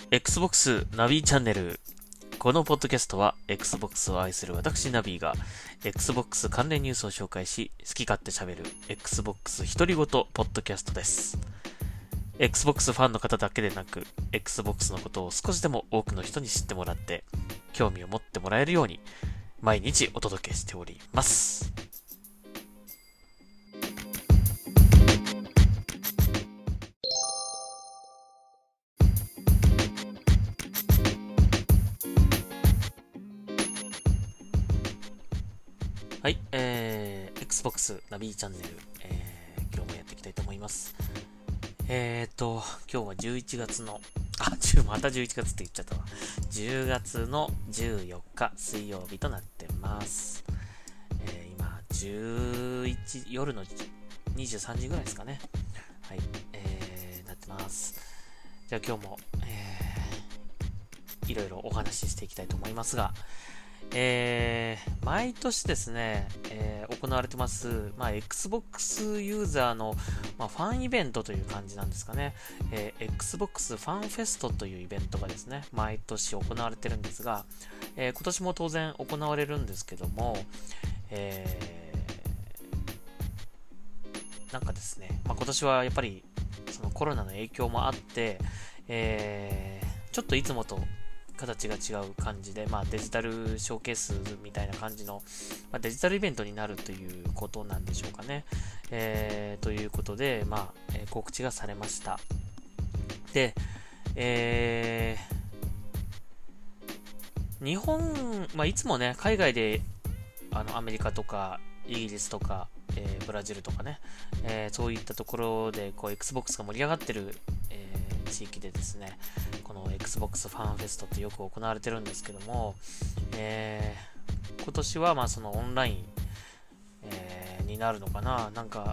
Xbox ナビチャンネル。このポッドキャストは Xbox を愛する私ナビが Xbox 関連ニュースを紹介し、好き勝手喋る Xbox 独り言ポッドキャストです。Xbox ファンの方だけでなく、Xbox のことを少しでも多くの人に知ってもらって、興味を持ってもらえるように、毎日お届けしております。はい、Xbox ナビチャンネル、今日もやっていきたいと思います。今日は11月の、また11月って言っちゃったわ。10月の14日水曜日となってます。今、夜の23時ぐらいですかね。はい、なってます。じゃあ今日も、いろいろお話ししていきたいと思いますが、毎年ですね、行われてます、Xbox ユーザーの、ファンイベントという感じなんですかね、Xbox ファンフェストというイベントがですね、毎年行われてるんですが、今年も当然行われるんですけども、なんかですね、今年はやっぱりそのコロナの影響もあって、ちょっといつもと形が違う感じで、デジタルショーケースみたいな感じの、デジタルイベントになるということなんでしょうかね。ということで、告知がされました。で、日本、いつもね、海外でアメリカとかイギリスとか、ブラジルとかね、そういったところでこう Xbox が盛り上がってる、地域でですね、この Xbox ファンフェストってよく行われてるんですけども、今年はそのオンライン、になるのかな、なんか、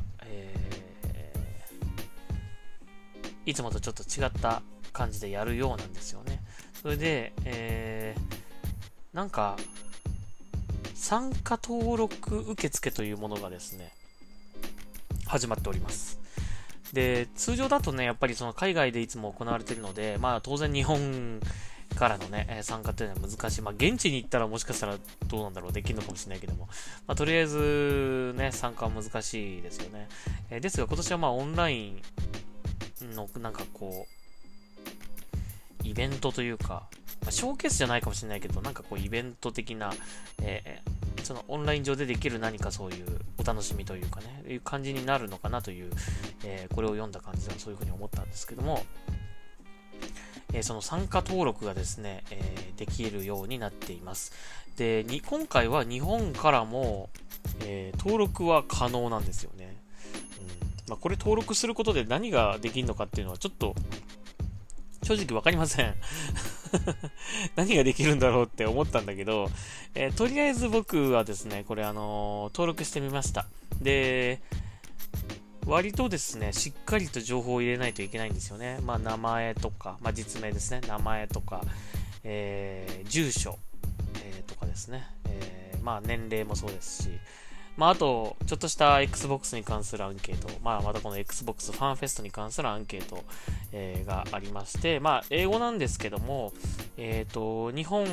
いつもとちょっと違った感じでやるようなんですよね。それで、なんか参加登録受付というものがですね、始まっております。で、通常だとね、やっぱりその海外でいつも行われているので、当然日本からのね、参加っていうのは難しい。現地に行ったらもしかしたらどうなんだろう、できるのかもしれないけども、とりあえずね、参加は難しいですよね。ですが今年はオンラインのなんかこう、イベントというか、ショーケースじゃないかもしれないけど、なんかこうイベント的な、そのオンライン上でできる何かそういうお楽しみというかね、いう感じになるのかなという、これを読んだ感じではそういうふうに思ったんですけども、その参加登録がですね、できるようになっています。で、今回は日本からも、登録は可能なんですよね。これ登録することで何ができるのかっていうのはちょっと正直わかりません。何ができるんだろうって思ったんだけど、とりあえず僕はですね、これ登録してみました。で、割とですね、しっかりと情報を入れないといけないんですよね。名前とか、実名ですね、名前とか、住所、とかですね、年齢もそうですし、あと、ちょっとした Xbox に関するアンケート、またこの Xbox ファンフェストに関するアンケート、がありまして、英語なんですけども、日本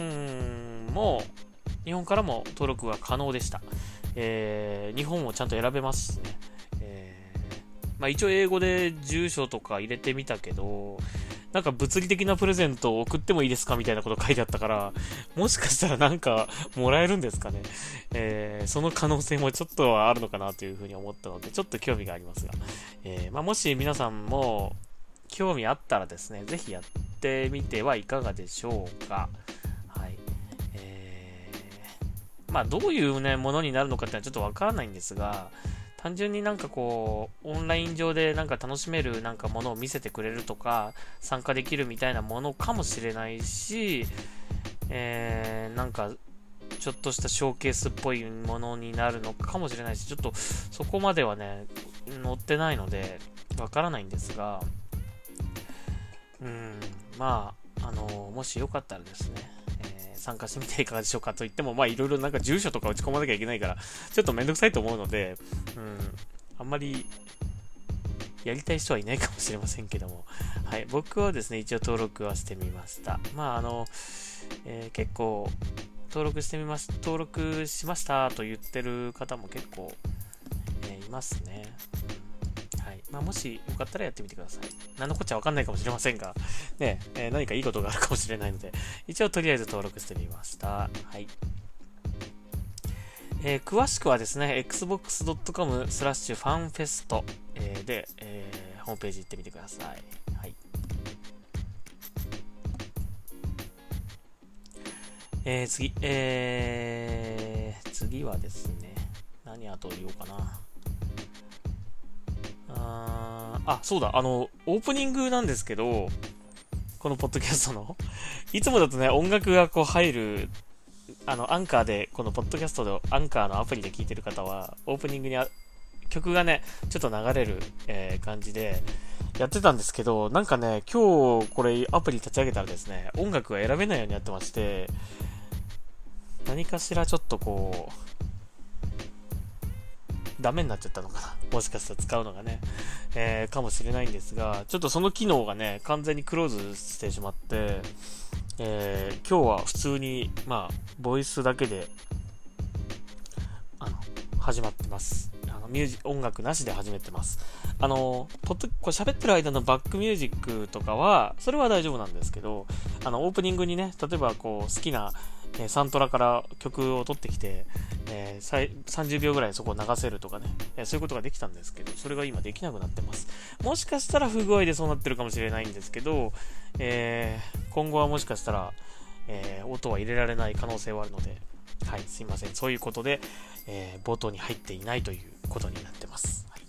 からも登録が可能でした。日本をちゃんと選べますしね。一応英語で住所とか入れてみたけど、なんか物理的なプレゼントを送ってもいいですかみたいなこと書いてあったから、もしかしたらなんかもらえるんですかね。その可能性もちょっとはあるのかなというふうに思ったので、ちょっと興味がありますが、もし皆さんも興味あったらですね、ぜひやってみてはいかがでしょうか。はい。どういうね、ものになるのかってのはちょっとわからないんですが、単純になんかこう、オンライン上でなんか楽しめるなんかものを見せてくれるとか、参加できるみたいなものかもしれないし、なんか、ちょっとしたショーケースっぽいものになるのかもしれないし、ちょっとそこまではね、載ってないので、わからないんですが、もしよかったらですね、参加してみていかがでしょうかと言っても、いろいろなんか住所とか打ち込まなきゃいけないから、ちょっとめんどくさいと思うので、あんまりやりたい人はいないかもしれませんけども、 はい、僕はですね、一応登録はしてみました。結構、登録しましたと言ってる方も結構、いますね。はい。もしよかったらやってみてください。何のこっちゃわかんないかもしれませんが、ね、何かいいことがあるかもしれないので、一応とりあえず登録してみました。はい。詳しくはですね、xbox.com/fanfest、で、ホームページ行ってみてください。はい。次はですね、何あと言おうかな。そうだ、オープニングなんですけど、このポッドキャストのいつもだとね、音楽がこう入る、アンカーで、このポッドキャストで、アンカーのアプリで聴いてる方は、オープニングに曲がね、ちょっと流れる、感じで、やってたんですけど、なんかね、今日これアプリ立ち上げたらですね、音楽が選べないようになってまして、何かしらちょっとこう、ダメになっちゃったのかな。もしかしたら使うのがね、かもしれないんですが、ちょっとその機能がね、完全にクローズしてしまって、今日は普通に、ボイスだけで、始まってます。音楽なしで始めてます。これ喋ってる間のバックミュージックとかは、それは大丈夫なんですけど、オープニングにね、例えばこう、好きな、サントラから曲を取ってきて、30秒ぐらいそこを流せるとかね、そういうことができたんですけど、それが今できなくなってます。もしかしたら不具合でそうなってるかもしれないんですけど、今後はもしかしたら、音は入れられない可能性はあるので、はい、すいません。そういうことで、冒頭に入っていないということになってます。はい、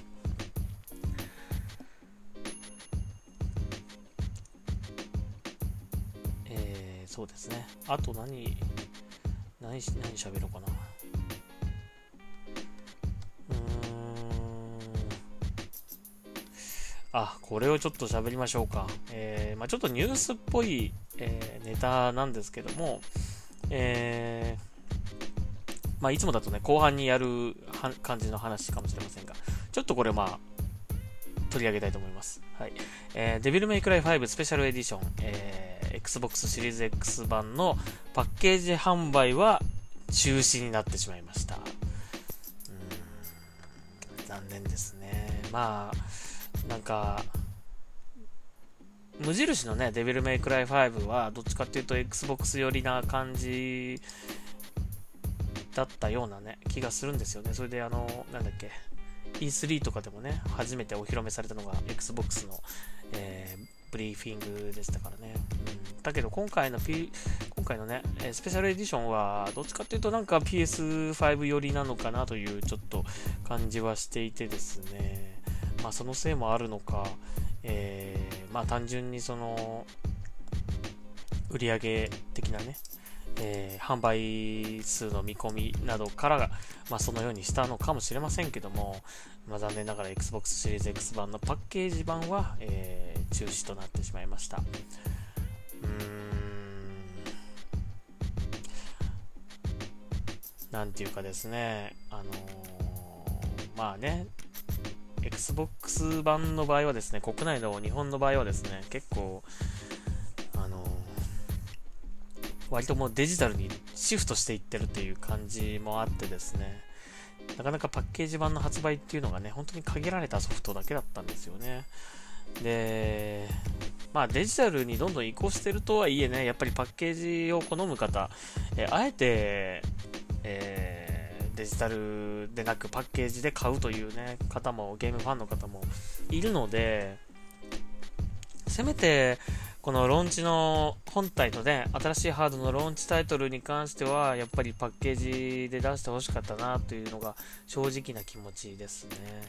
そうですね。あと何喋ろうかな。これをちょっと喋りましょうか。ちょっとニュースっぽい、ネタなんですけども、いつもだとね、後半にやる感じの話かもしれませんが、ちょっとこれ取り上げたいと思います。はい。デビルメイクライ5スペシャルエディション、Xbox シリーズ X 版のパッケージ販売は中止になってしまいました。残念ですね。なんか、無印のね、デビルメイクライ5はどっちかっていうと Xbox 寄りな感じだったようなね、気がするんですよね。それでE3 とかでもね、初めてお披露目されたのが Xbox の、ブリーフィングでしたからね。だけど今回のね、スペシャルエディションはどっちかっていうとなんか PS5 寄りなのかなというちょっと感じはしていてですね。そのせいもあるのか、単純にその売上的なね、販売数の見込みなどからが、そのようにしたのかもしれませんけども、残念ながら Xbox シリーズ X 版のパッケージ版は、中止となってしまいました。なんていうかですね、Xbox 版の場合はですね、国内の日本の場合はですね、結構割ともうデジタルにシフトしていってるっていう感じもあってですね、なかなかパッケージ版の発売っていうのがね、本当に限られたソフトだけだったんですよね。で、デジタルにどんどん移行してるとはいえね、やっぱりパッケージを好む方、あえて、デジタルでなくパッケージで買うというね、方も、ゲームファンの方もいるので、せめて、このローンチの本体とね、新しいハードのローンチタイトルに関しては、やっぱりパッケージで出してほしかったなというのが正直な気持ちですね。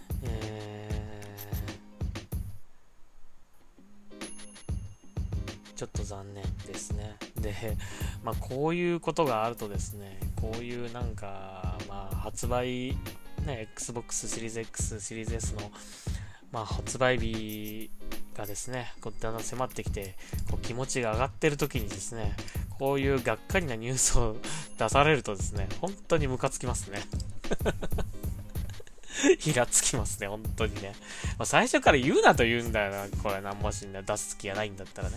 ちょっと残念ですね。で、こういうことがあるとですね、こういう発売、ね、Xbox シリーズ X、シリーズ S の、発売日がですね、だんだん迫ってきて、気持ちが上がってる時にですね、こういうがっかりなニュースを出されるとですね、本当にムカつきますね。 イラつきますね、本当にね。まあ、最初から言うなと言うんだよな、これ、もし出す気がないんだったらね。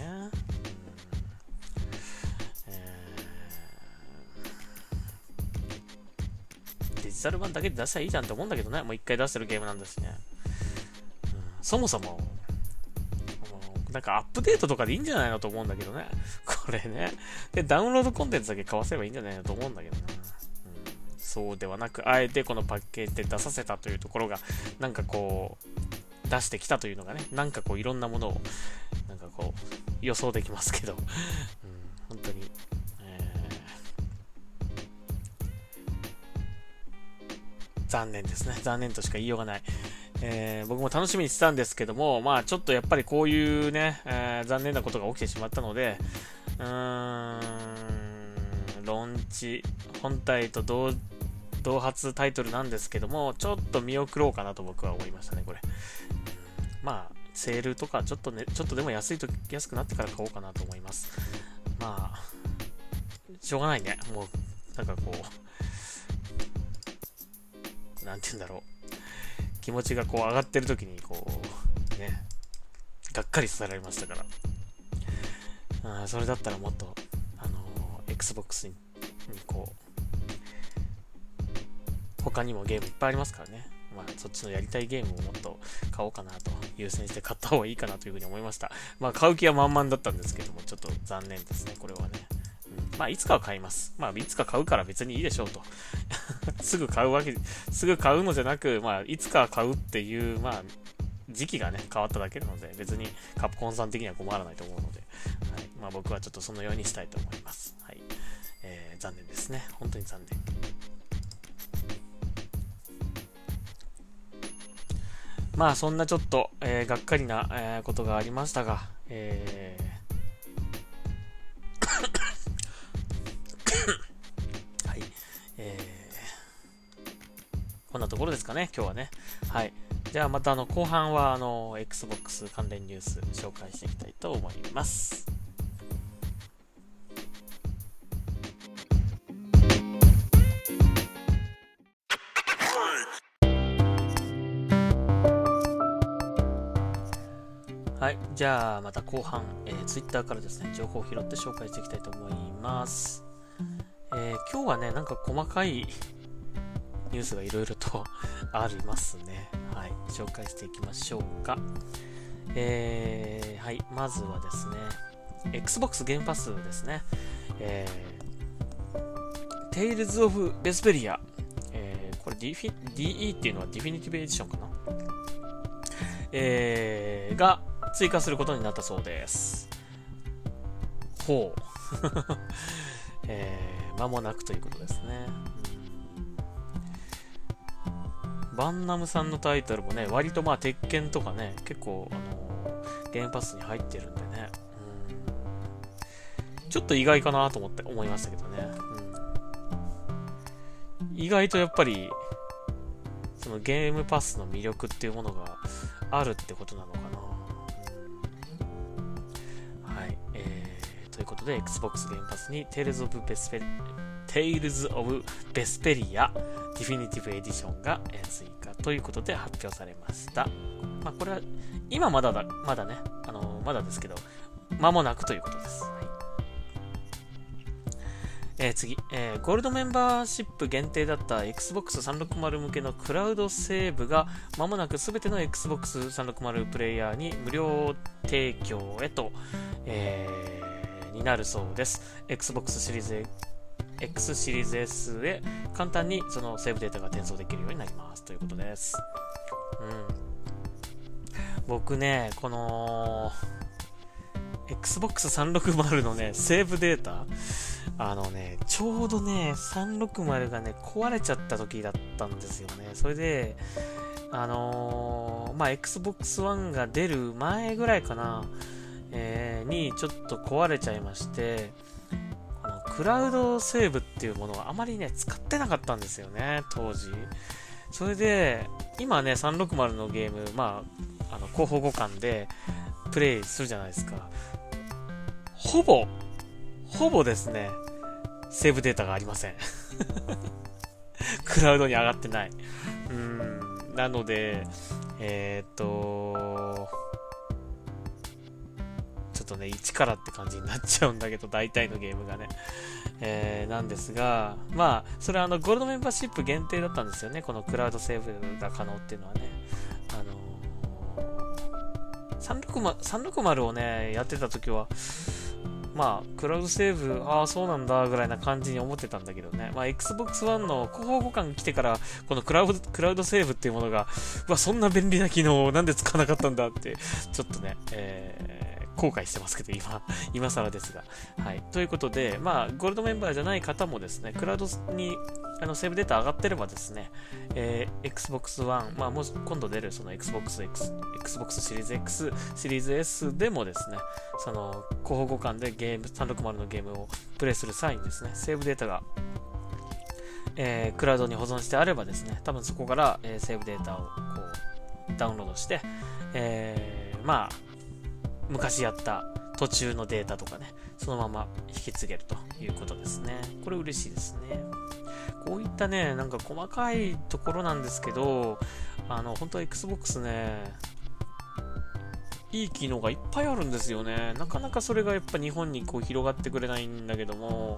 デジタル版だけで出したらいいじゃんって思うんだけどね、もう一回出してるゲームなんだしね。そもそも、なんかアップデートとかでいいんじゃないのと思うんだけどね。これね。で、ダウンロードコンテンツだけ買わせればいいんじゃないのと思うんだけどね。そうではなく、あえてこのパッケージで出させたというところが、なんかこう、出してきたというのがね、なんかこういろんなものを、なんかこう、予想できますけど、本当に、残念ですね。残念としか言いようがない。僕も楽しみにしてたんですけども、まあちょっとやっぱりこういうね、残念なことが起きてしまったので、ローンチ本体と同発タイトルなんですけども、ちょっと見送ろうかなと僕は思いましたね、これ。まあ、セールとかちょっとでも安くなってから買おうかなと思います。まあ、しょうがないね。もう、なんかこう、なんて言うんだろう。気持ちがこう上がってる時にこう、ね、がっかりさせられましたから。それだったらもっと、Xbox にこう、他にもゲームいっぱいありますからね。まあ、そっちのやりたいゲームをもっと買おうかなと、優先して買った方がいいかなというふうに思いました。まあ、買う気は満々だったんですけども、ちょっと残念ですね、これはね。まあ、いつかは買います。まあ、いつか買うから別にいいでしょうと。すぐ買うのじゃなく、まあ、いつか買うっていう、まあ、時期がね、変わっただけなので、別にカプコンさん的には困らないと思うので、はい、まあ、僕はちょっとそのようにしたいと思います。はい。残念ですね。本当に残念。まあそんなちょっと、がっかりな、ことがありましたが、はい、こんなところですかね、今日はね。はい。じゃあまた後半はXbox 関連ニュース紹介していきたいと思います。はい。じゃあ、また後半、Twitter からですね、情報を拾って紹介していきたいと思います。今日はね、なんか細かいニュースがいろいろとありますね。はい。紹介していきましょうか。はい。まずはですね、Xbox ゲームパスですね。Tales of Vesperia。これ DE っていうのはディフィニティブエディションかな、が追加することになったそうです。ほう。間もなくということですね。バンナムさんのタイトルもね、割とまあ鉄拳とかね、結構ゲームパスに入ってるんでね、ちょっと意外かなと思いましたけどね、意外とやっぱりそのゲームパスの魅力っていうものがあるってことなのかな。はい、ということで Xbox ゲームパスに Tales of Vesperia Definitive Edition が追加ということで発表されました。まあこれは今まだね、まだですけど、間もなくということです。はい、次、ゴールドメンバーシップ限定だった Xbox 360向けのクラウドセーブが間もなくすべての Xbox 360プレイヤーに無料提供へと、になるそうです。Xbox シリーズX シリーズ S へ簡単にそのセーブデータが転送できるようになりますということです。僕ね、この Xbox 360のね、セーブデータ、ちょうどね、360がね、壊れちゃった時だったんですよね。それで、Xbox One が出る前ぐらいかな、にちょっと壊れちゃいまして、このクラウドセーブっていうものをあまりね、使ってなかったんですよね、当時。それで、今ね、360のゲーム、広報互換でプレイするじゃないですか。ほぼですね、セーブデータがありません。クラウドに上がってない。 なので、ちょっとね、一からって感じになっちゃうんだけど、大体のゲームがね。なんですが、まあ、それはゴールドメンバーシップ限定だったんですよね。このクラウドセーブが可能っていうのはね。360をね、やってた時は、まあ、クラウドセーブ、ああ、そうなんだ、ぐらいな感じに思ってたんだけどね。まあ、Xbox One の広報互換来てから、このクラウドセーブっていうものが、うわ、そんな便利な機能をなんで使わなかったんだって、ちょっとね、後悔してますけど、今更ですが。はい。ということで、まあ、ゴールドメンバーじゃない方もですね、クラウドにセーブデータ上がってればですね、Xbox One、まあ、もし今度出るその Xboxシリーズ X、シリーズ S でもですね、その広報互換で360のゲームをプレイする際にですね、セーブデータが、クラウドに保存してあればですね、多分そこから、セーブデータをこうダウンロードして、まあ、昔やった途中のデータとかね、そのまま引き継げるということですね。これ嬉しいですね。こういったね、なんか細かいところなんですけど、本当は Xbox ね、いい機能がいっぱいあるんですよね。なかなかそれがやっぱ日本にこう広がってくれないんだけども、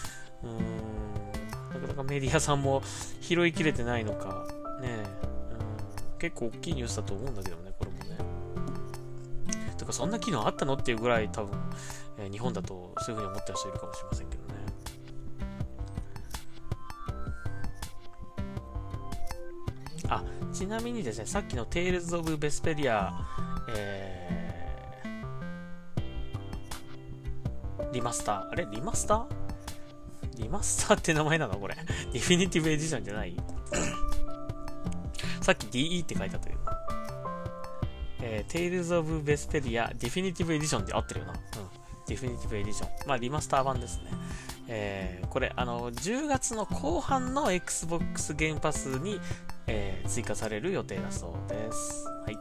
なかなかメディアさんも拾いきれてないのか、ね、結構大きいニュースだと思うんだけどね、これもね。てかそんな機能あったのっていうぐらい多分、日本だとそういう風に思ってる人いるかもしれませんけどね。あ、ちなみにですね、さっきの Tales of Vesperia、リマスター、あれリマスターって名前なのこれ。ディフィニティブエディションじゃないさっき DE って書いてあったけど。Tales of Vesperia Definitive Edition で合ってるよな。Definitive Edition。まあ、リマスター版ですね。これ、10月の後半の Xbox ゲームパスに、追加される予定だそうです。はい。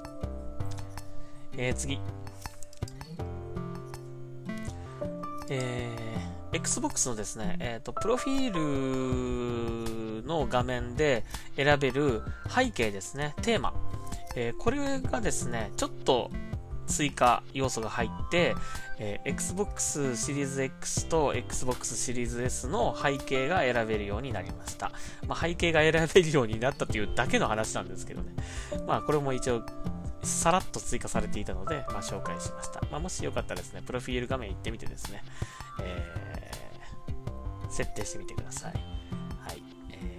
次。Xbox のですね、プロフィールの画面で選べる背景ですね、テーマ。これがですね、ちょっと追加要素が入って、Xbox シリーズ X と Xbox シリーズ S の背景が選べるようになりました。まあ、背景が選べるようになったというだけの話なんですけどね。まあ、これも一応、さらっと追加されていたので、まあ、紹介しました。まあ、もしよかったらですね、プロフィール画面行ってみてですね、設定してみてください。はい。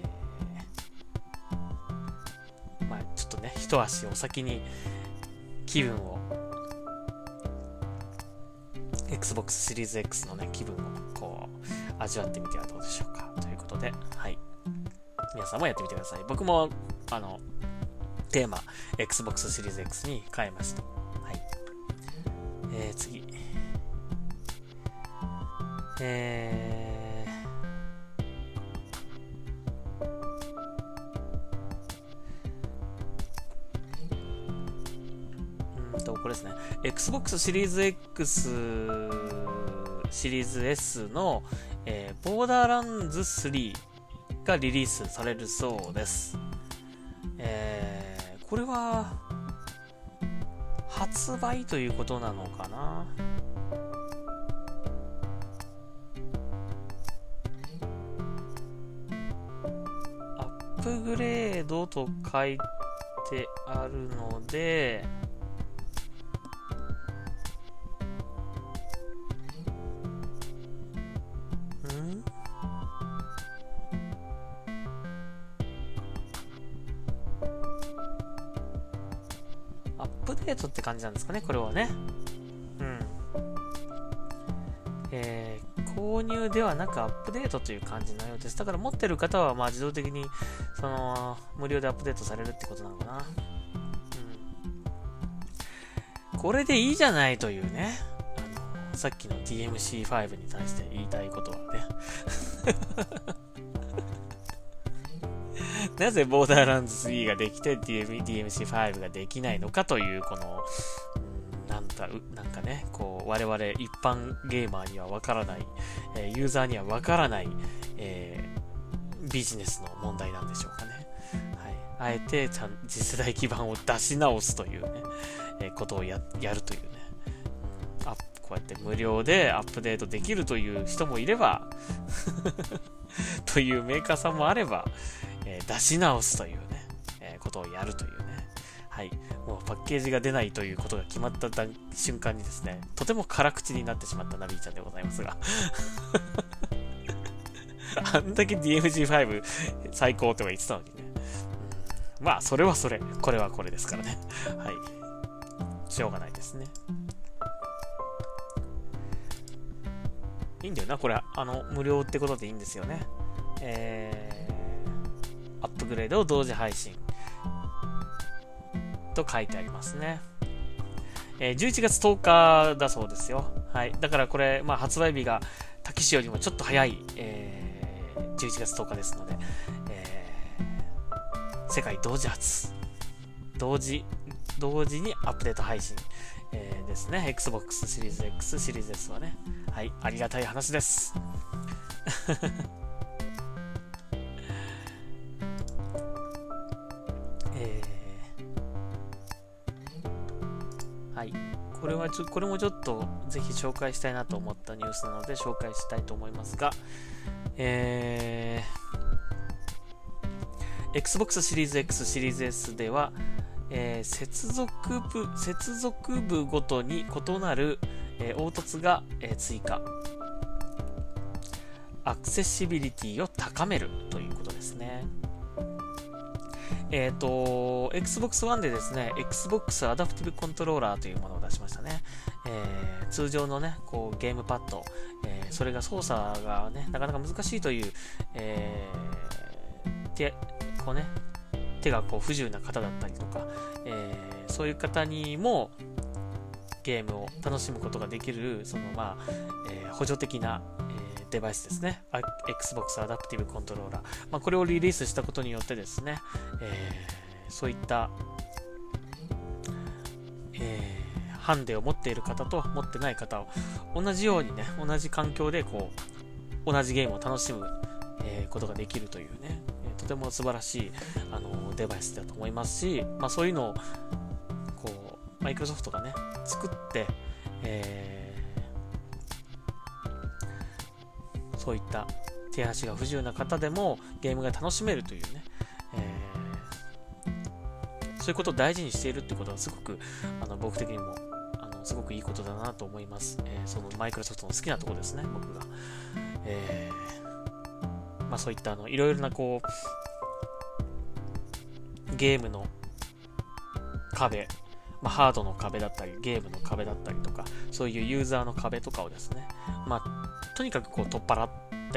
まあ、ちょっとね、一足お先に気分を、Xbox シリーズ X のね、気分をこう、味わってみてはどうでしょうか。ということで、はい。皆さんもやってみてください。僕も、テーマ、Xbox シリーズ X に変えました。はい。次。これですね。Xbox シリーズ X シリーズ S の、ボーダーランズ3がリリースされるそうです。これは発売ということなのかな。アップグレードと書いてあるので、アップデートって感じなんですかね、これはね。購入ではなくアップデートという感じのようです。だから持ってる方はまあ自動的にその無料でアップデートされるってことなのかな。これでいいじゃないというね。さっきの DMC5 に対して言いたいことはね。なぜボーダーランズ3ができて DMC5 ができないのかというこのなんかね、こう我々一般ゲーマーにはわからない、ユーザーにはわからない、ビジネスの問題なんでしょうかね。はい。 あえて次世代基盤を出し直すというね、ことをやるというね、こうやって無料でアップデートできるという人もいればというメーカーさんもあれば、出し直すというね、ことをやるというね、はい、もうパッケージが出ないということが決まった瞬間にですね、とても辛口になってしまったナビーちゃんでございますがあんだけ DMG5 最高とか言ってたのにね、まあそれはそれ、これはこれですからねはい、しょうがないですね。いいんだよな、これ無料ってことでいいんですよね。アップグレードを同時配信と書いてありますね。11月10日だそうですよ。はい。だからこれ、まあ、発売日がタキシよりもちょっと早い、11月10日ですので、世界同時発、同時にアップデート配信、ですね。Xbox シリーズ X、シリーズ S はね。はい。ありがたい話です。はい。これもちょっとぜひ紹介したいなと思ったニュースなので紹介したいと思いますが、Xbox シリーズ X、シリーズ S では、接続部ごとに異なる、凹凸が、追加。アクセシビリティを高めるということですね。Xbox One でですね、Xbox アダプティブコントローラーというものを出しましたね。通常のね、こうゲームパッド、それが操作がね、なかなか難しいという、手がこう不自由な方だったりとか、そういう方にもゲームを楽しむことができる、補助的な、デバイスですね。Xbox アダプティブコントローラー。これをリリースしたことによってですね、そういった、ハンデを持っている方と持ってない方を同じようにね、同じ環境でこう同じゲームを楽しむ、ことができるというね、とても素晴らしいデバイスだと思いますし、そういうのをこうマイクロソフトがね作って、そういった手足が不自由な方でもゲームが楽しめるというね、そういうことを大事にしているってことはすごく僕的にもすごくいいことだなと思います。そのマイクロソフトの好きなところですね、僕が。そういったいろいろなこうゲームの壁、ハードの壁だったりゲームの壁だったりとか、そういうユーザーの壁とかをですね、とにかくこう取っ払って、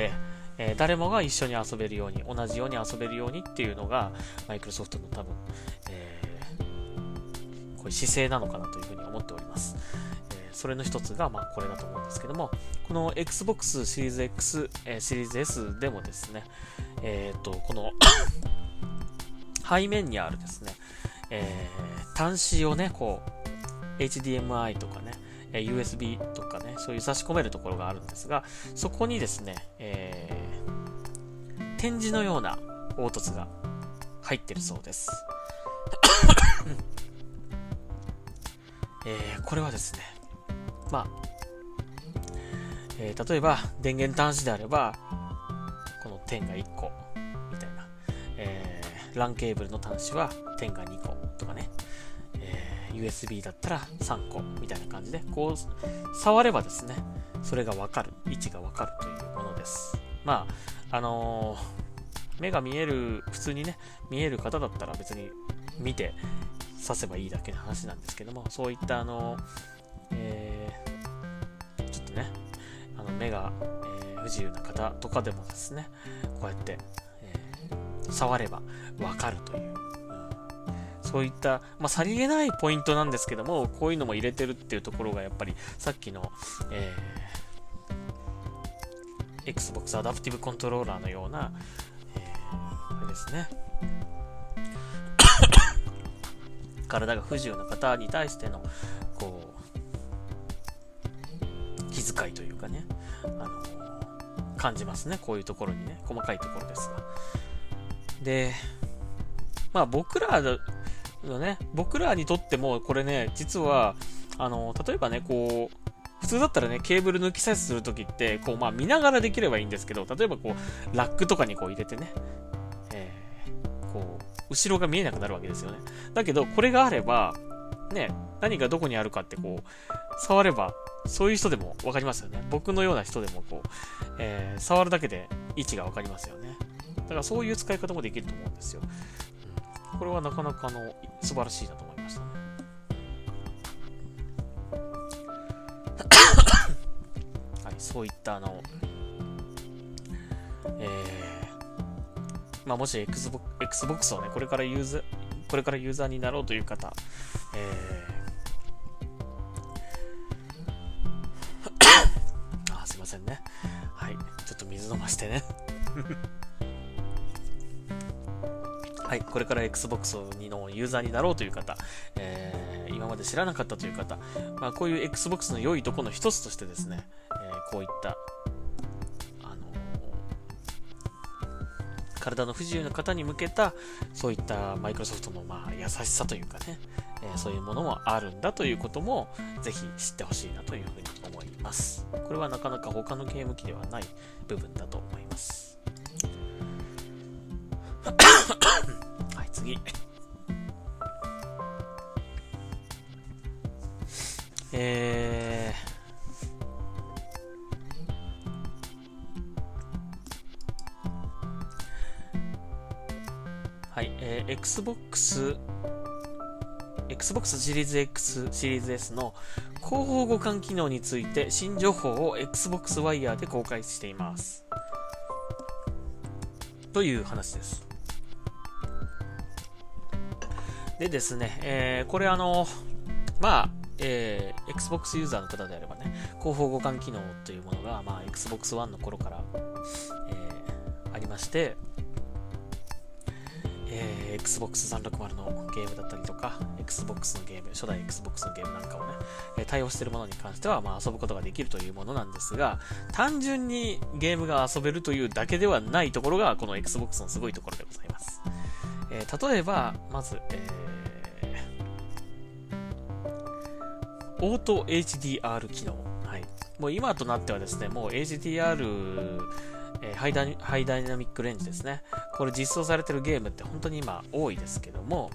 誰もが一緒に遊べるように、同じように遊べるようにっていうのがマイクロソフトの多分、こういう姿勢なのかなというふうに思っております。それの一つがこれだと思うんですけども、この Xbox シリーズ X、シリーズ S でもですね、この背面にあるですね、端子をね、こう HDMI とかね、USB とかね、そういう差し込めるところがあるんですが、そこにですね、点字のような凹凸が入ってるそうです。これはですね、例えば電源端子であればこの点が1個みたいな、LAN ケーブルの端子は点が2個とかね、USB だったら3個みたいな感じでこう触ればですね、それが分かる、位置が分かるというものです。目が見える、普通にね見える方だったら別に見て刺せばいいだけの話なんですけども、そういったちょっとね目が、不自由な方とかでもですね、こうやって、触れば分かるという、そういった、さりげないポイントなんですけども、こういうのも入れてるっていうところがやっぱりさっきの、Xbox アダプティブコントローラーのような、あれですね体が不自由な方に対してのこう気遣いというかね、感じますね、こういうところにね、細かいところですが。で、 まあ僕らにとってもこれね、実は、例えばね、こう、普通だったらね、ケーブル抜き差しするときって、こう、まあ見ながらできればいいんですけど、例えばこう、ラックとかにこう入れてね、こう、後ろが見えなくなるわけですよね。だけど、これがあれば、ね、何がどこにあるかってこう、触れば、そういう人でもわかりますよね。僕のような人でもこう、触るだけで位置がわかりますよね。だからそういう使い方もできると思うんですよ。これはなかなか素晴らしいなと思いましたね。はい、そういったまあ、もし Xbox をね、これからユーザーになろうという方、すいませんね。はい、ちょっと水飲ましてね。はい、これから Xbox のユーザーになろうという方、今まで知らなかったという方、まあ、こういう Xbox の良いところの一つとしてですね、こういった体の不自由な方に向けたそういったマイクロソフトのまあ優しさというかね、そういうものもあるんだということもぜひ知ってほしいなというふうに思います。これはなかなか他のゲーム機ではない部分だと思います。はい、次。はい、Xbox シリーズ X、シリーズ S の後方互換機能について新情報を Xbox Wire で公開しています。という話です。でですね、これまあ、Xbox ユーザーの方であればね、後方互換機能というものが、まあ、Xbox One の頃から、ありまして、Xbox 360のゲームだったりとか、Xbox のゲーム、初代 Xbox のゲームなんかをね、対応しているものに関しては、まあ、遊ぶことができるというものなんですが、単純にゲームが遊べるというだけではないところが、この Xbox のすごいところでございます。例えば、まず、オート HDR 機能。はい。もう今となってはですね、もう HDR、ハイダイナミックレンジですね。これ実装されているゲームって本当に今多いですけども、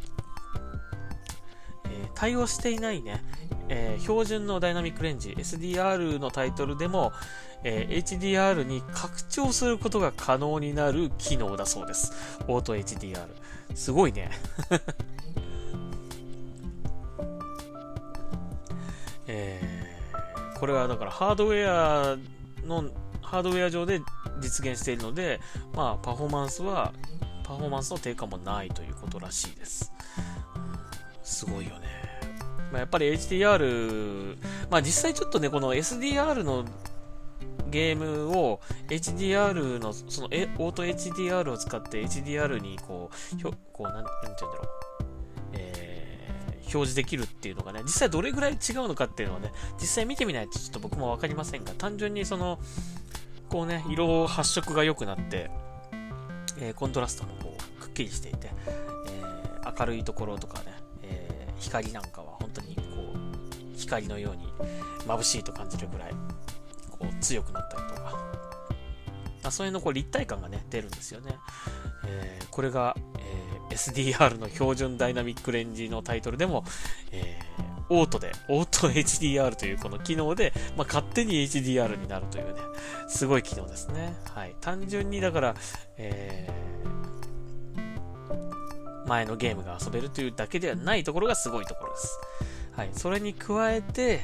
対応していないね、標準のダイナミックレンジ SDR のタイトルでも、HDR に拡張することが可能になる機能だそうです。オート HDR。すごいね。これはだからハードウェア上で実現しているので、まあ、パフォーマンスの低下もないということらしいです。すごいよね。まあ、やっぱり HDR、まあ実際ちょっとね、この SDR のゲームを HDR の、そのオート HDR を使って HDR にこうなんて言うんだろう。表示できるっていうのがね、実際どれぐらい違うのかっていうのはね、実際見てみないとちょっと僕もわかりませんが、単純にこうね、色発色が良くなって、コントラストもこう、くっきりしていて、明るいところとかね、光なんかは本当にこう、光のように眩しいと感じるぐらい、こう、強くなったりとか、そういうのこう立体感がね、出るんですよね。これが、SDR の標準ダイナミックレンジのタイトルでも、オート HDR というこの機能で、まあ、勝手に HDR になるというね、すごい機能ですね。はい。単純にだから、前のゲームが遊べるというだけではないところがすごいところです。はい。それに加えて、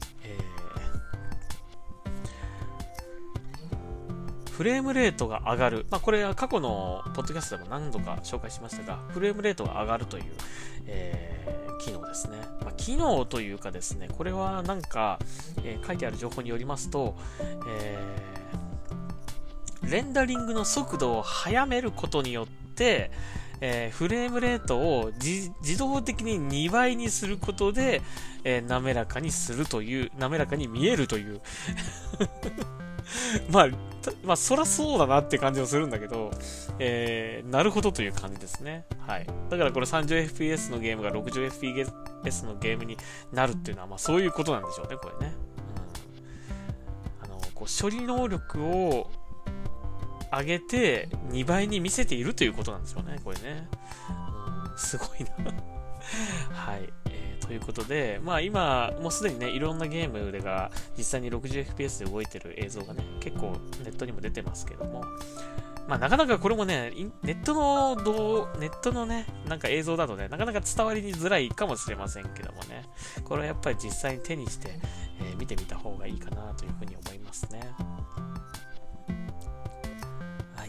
フレームレートが上がる。まあ、これは過去のポッドキャストでも何度か紹介しましたが、フレームレートが上がるという、機能ですね。まあ、機能というかですね、これはなんか、書いてある情報によりますと、レンダリングの速度を速めることによって、フレームレートを自動的に2倍にすることで、滑らかに見えるというまあ、そらそうだなって感じもするんだけど、なるほどという感じですね。はい。だからこれ 30fps のゲームが 60fps のゲームになるっていうのは、まあそういうことなんでしょうね、これね。こう処理能力を上げて2倍に見せているということなんですよね、これね。すごいな。はい。ということで、まあ今、もうすでにね、いろんなゲームでが実際に 60fps で動いてる映像がね、結構ネットにも出てますけども、まあなかなかこれもね、ネットのね、なんか映像だとね、なかなか伝わりづらいかもしれませんけどもね、これはやっぱり実際に手にして、見てみた方がいいかなというふうに思いますね。はい。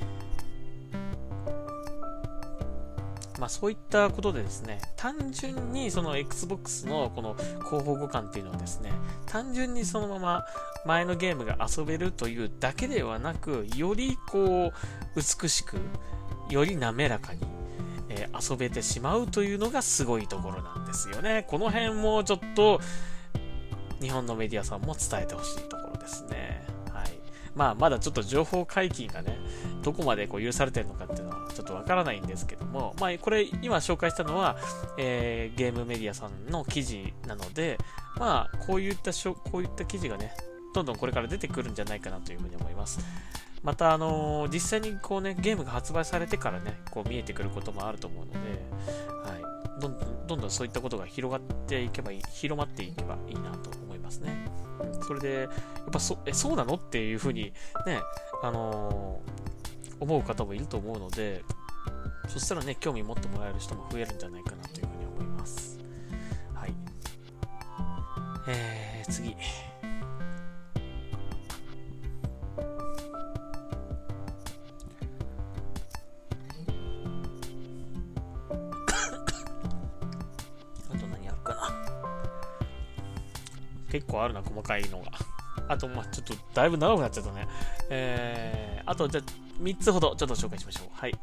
まあそういったことでですね、単純にその Xbox のこの広報互換っていうのはですね、単純にそのまま前のゲームが遊べるというだけではなく、よりこう美しく、より滑らかに、遊べてしまうというのがすごいところなんですよね。この辺もちょっと日本のメディアさんも伝えてほしいところですね。はい。まあまだちょっと情報解禁がね、どこまでこう許されてるのかっていうのはちょっとわからないんですけども、まあこれ今紹介したのは、ゲームメディアさんの記事なので、まあこういった記事がね、どんどんこれから出てくるんじゃないかなというふうに思います。また実際にこうね、ゲームが発売されてからね、こう見えてくることもあると思うので、はい。どんどんそういったことが広まっていけばいいなと思いますね。それで、やっぱそうなのっていうふうにね、思う方もいると思うので、そしたらね、興味持ってもらえる人も増えるんじゃないかなというふうに思います。はい。次。結構あるな、細かいのが。あと、まあちょっと、だいぶ長くなっちゃったね。あと、じゃあ、3つほど、ちょっと紹介しましょう。はい。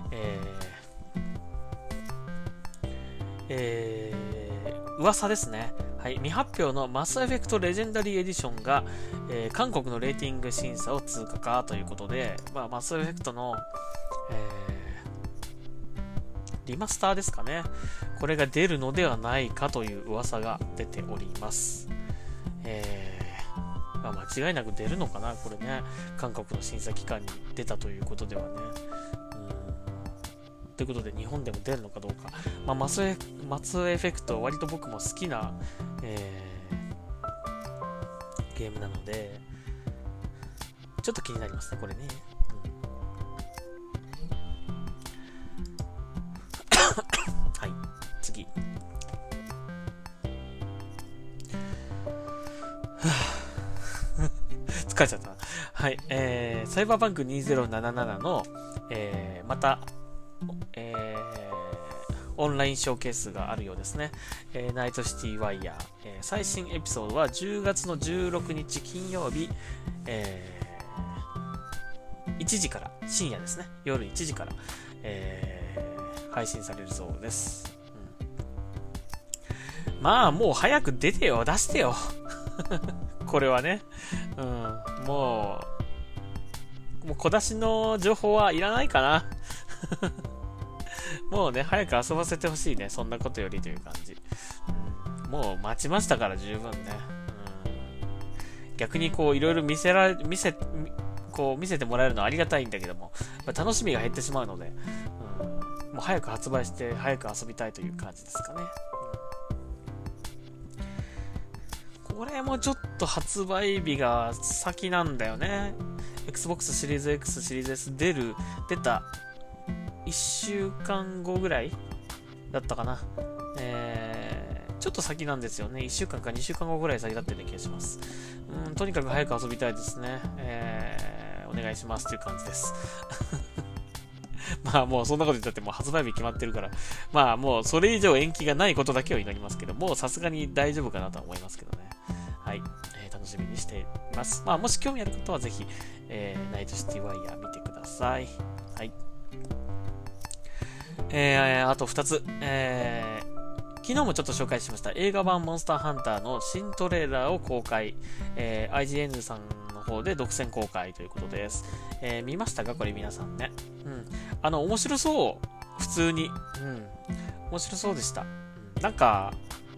噂ですね。はい。未発表のマスエフェクトレジェンダリーエディションが、韓国のレーティング審査を通過かということで、まあ、マスエフェクトの、リマスターですかね。これが出るのではないかという噂が出ております。まあ、間違いなく出るのかな、これね。韓国の審査機関に出たということではね。ということで、日本でも出るのかどうか。まあ、マスエフェクト、割と僕も好きな、ゲームなので、ちょっと気になりますね、これね。はい、次。疲れちゃった。はい、サイバーバンク2077の、また、オンラインショーケースがあるようですね。ナイトシティワイヤー、最新エピソードは10月の16日金曜日、1時から、深夜ですね。夜1時から、配信されるそうです。まあ、もう早く出してよ。これはね。もう小出しの情報はいらないかな。もうね、早く遊ばせてほしいね。そんなことよりという感じ。もう待ちましたから十分ね。逆にこういろいろ見せてもらえるのはありがたいんだけども、楽しみが減ってしまうので、もう早く発売して早く遊びたいという感じですかね。これもちょっと発売日が先なんだよね。Xbox シリーズ X、シリーズ S 出た1週間後ぐらいだったかな。ちょっと先なんですよね。1週間か2週間後ぐらい先だったような気がします。とにかく早く遊びたいですね。お願いしますという感じです。まあもうそんなこと言ったってもう発売日決まってるから、まあもうそれ以上延期がないことだけを祈りますけど、もうさすがに大丈夫かなとは思いますけどね。はい。楽しみにしています。まあもし興味ある方はぜひ、ナイトシティワイヤー見てください。はい。あと2つ。昨日もちょっと紹介しました映画版モンスターハンターの新トレーラーを公開。IGN さんの方で独占公開ということです。見ましたかこれ皆さんね。面白そう。普通に。面白そうでした。なんか、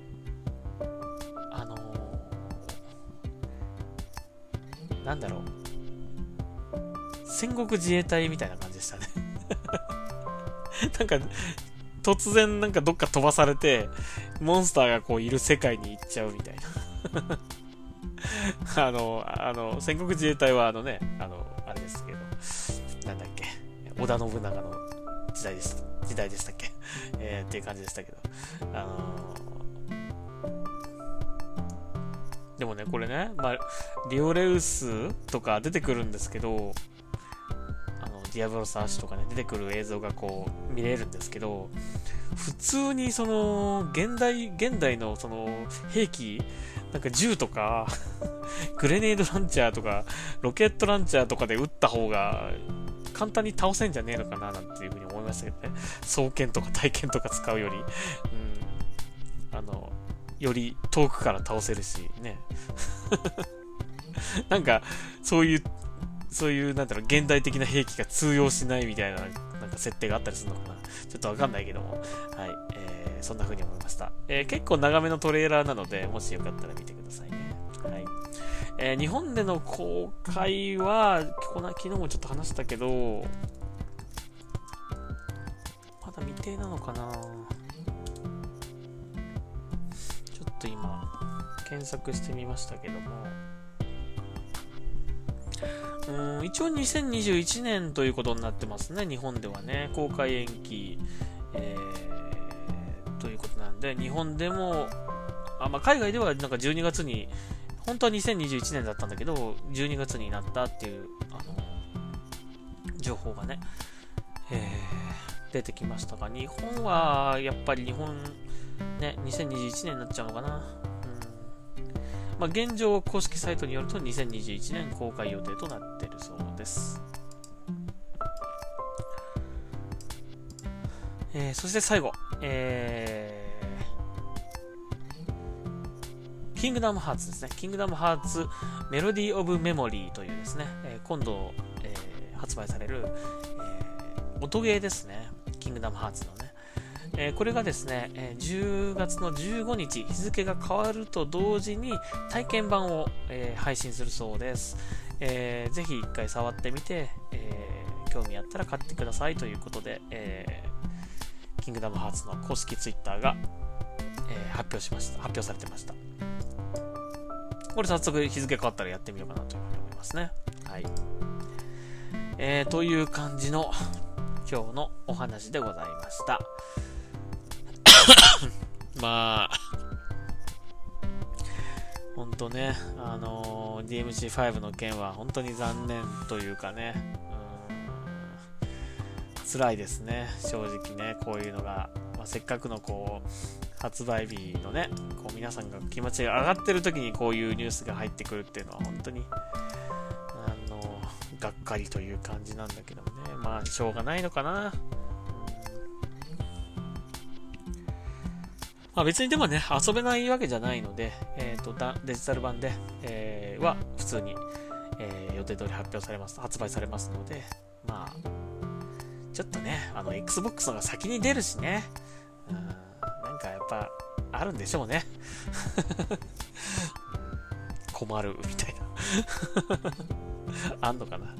なんだろう。戦国自衛隊みたいな感じでしたね。なんか、突然なんかどっか飛ばされて、モンスターがこういる世界に行っちゃうみたいな。戦国自衛隊はあれですけど、なんだっけ、織田信長の時代でしたっけ、っていう感じでしたけど、でもね、これね、リオレウスとか出てくるんですけど、ディアブロスアッシュとかね、出てくる映像がこう見れるんですけど、普通にその現代のその兵器、なんか銃とかグレネードランチャーとかロケットランチャーとかで撃った方が簡単に倒せんじゃねえのかななんていうふうに思いましたけどね。双剣とか体剣とか使うより、より遠くから倒せるしね。なんかそういうなんだろう、現代的な兵器が通用しないみたいななんか設定があったりするのかな。ちょっとわかんないけども、はい、そんな風に思いました。結構長めのトレーラーなので、もしよかったら見てくださいね。はい。日本での公開は昨日もちょっと話したけど、まだ未定なのかな。ちょっと今検索してみましたけども。一応2021年ということになってますね。日本ではね、公開延期、ということなんで、日本でも、海外ではなんか12月に、本当は2021年だったんだけど、12月になったっていう、情報がね、出てきましたが、日本は、やっぱりね、2021年になっちゃうのかな。現状公式サイトによると2021年公開予定となっているそうです。そして最後、キングダムハーツですね。キングダムハーツメロディーオブメモリーというですね、今度、発売される、音ゲーですね。キングダムハーツのね。これがですね、10月の15日、日付が変わると同時に体験版を、配信するそうです。ぜひ一回触ってみて、興味あったら買ってくださいということで、キングダムハーツの公式ツイッターが、発表されてました。これ早速日付変わったらやってみようかなというふうに思いますね。はい。という感じの今日のお話でございました。ほんとね、DMC5 の件は本当に残念というかね、辛いですね、正直ね、こういうのが、せっかくのこう発売日のね、こう皆さんが気持ちが上がってる時にこういうニュースが入ってくるっていうのは本当にがっかりという感じなんだけどもね、しょうがないのかな。別にでもね、遊べないわけじゃないので、デジタル版で、は普通に、予定通り発売されますので、ちょっとね、Xbox のが先に出るしね、なんかやっぱあるんでしょうね。困るみたいな。あんのかな。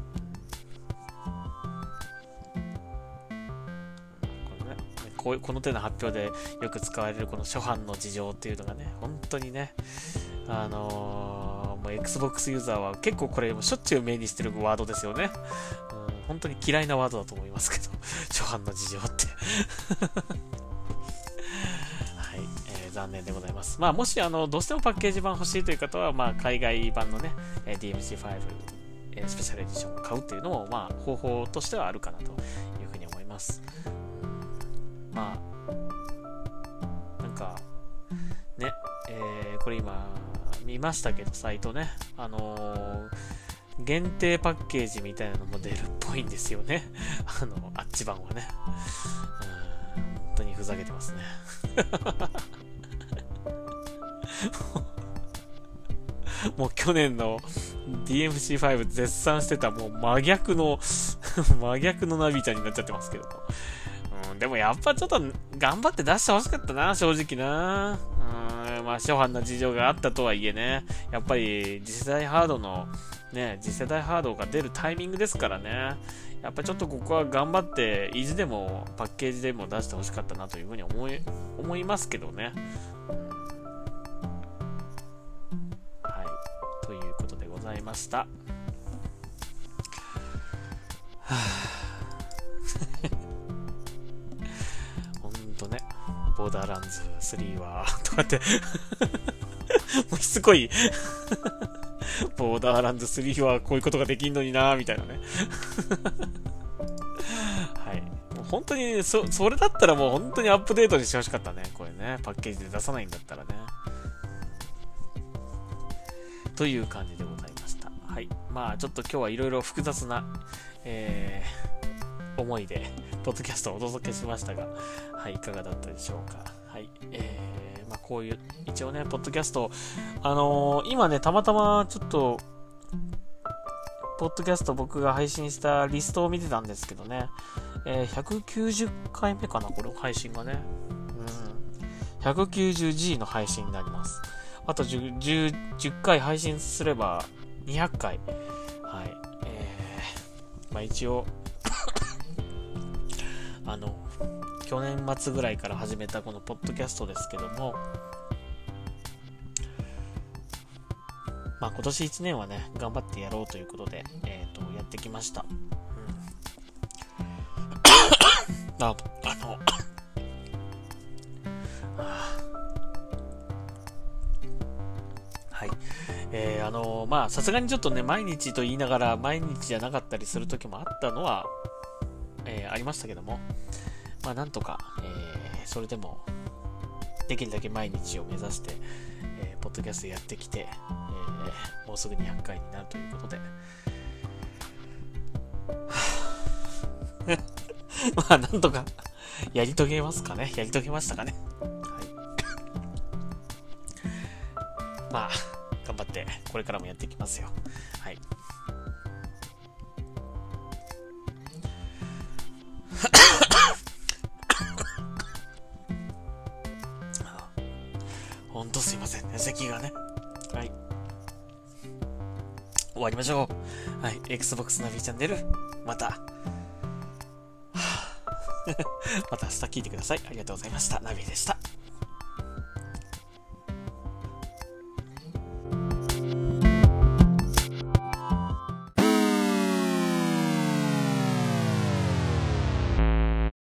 この手の発表でよく使われるこの初版の事情っていうのがね、本当にね、もう Xbox ユーザーは結構これしょっちゅう目にしてるワードですよね。本当に嫌いなワードだと思いますけど、初版の事情って。はい、残念でございます。もしどうしてもパッケージ版欲しいという方は、海外版のね、DMC5、スペシャルエディションを買うっていうのも、方法としてはあるかなというふうに思います。なんかね、これ今見ましたけど、サイトね、限定パッケージみたいなのも出るっぽいんですよね。あっち版はね、本当にふざけてますね。 もう去年の DMC5 絶賛してたもう真逆の真逆のナビちゃんになっちゃってますけども。でもやっぱちょっと頑張って出してほしかったな、正直な。まあ、諸般な事情があったとはいえね、やっぱり次世代ハードの、ね、次世代ハードが出るタイミングですからね、やっぱちょっとここは頑張って、意地でもパッケージでも出してほしかったなというふうに思いますけどね。はい。ということでございました。ほんとね。ボーダーランズ3はとかってもうしつこいボーダーランズ3はこういうことができんのになーみたいなねはい。もう本当にそれだったらもう本当にアップデートにしてほしかったね。これね。パッケージで出さないんだったらね。という感じでございました。はい。まあちょっと今日はいろいろ複雑な、思いで、ポッドキャストをお届けしましたが、はい、いかがだったでしょうか。はい。まあ、こういう、一応ね、ポッドキャスト、今ね、たまたまちょっと、ポッドキャスト僕が配信したリストを見てたんですけどね、190回目かな、これ、配信がね。190G の配信になります。あと10回配信すれば200回。はい。まあ、一応、去年末ぐらいから始めたこのポッドキャストですけども、まあ今年1年はね、頑張ってやろうということで、やってきました。はい。まあさすがにちょっとね、毎日と言いながら毎日じゃなかったりする時もあったのは、ありましたけども、まあなんとか、それでもできるだけ毎日を目指して、ポッドキャストやってきて、もうすぐ200回になるということでまあなんとかやり遂げますかね。やり遂げましたかね。はい。まあ頑張ってこれからもやっていきますよ。はい。ほんとすいませんね、咳がね。はい。終わりましょう。はい。Xbox ナビチャンネル、また。また明日聞いてください。ありがとうございました。ナビでした。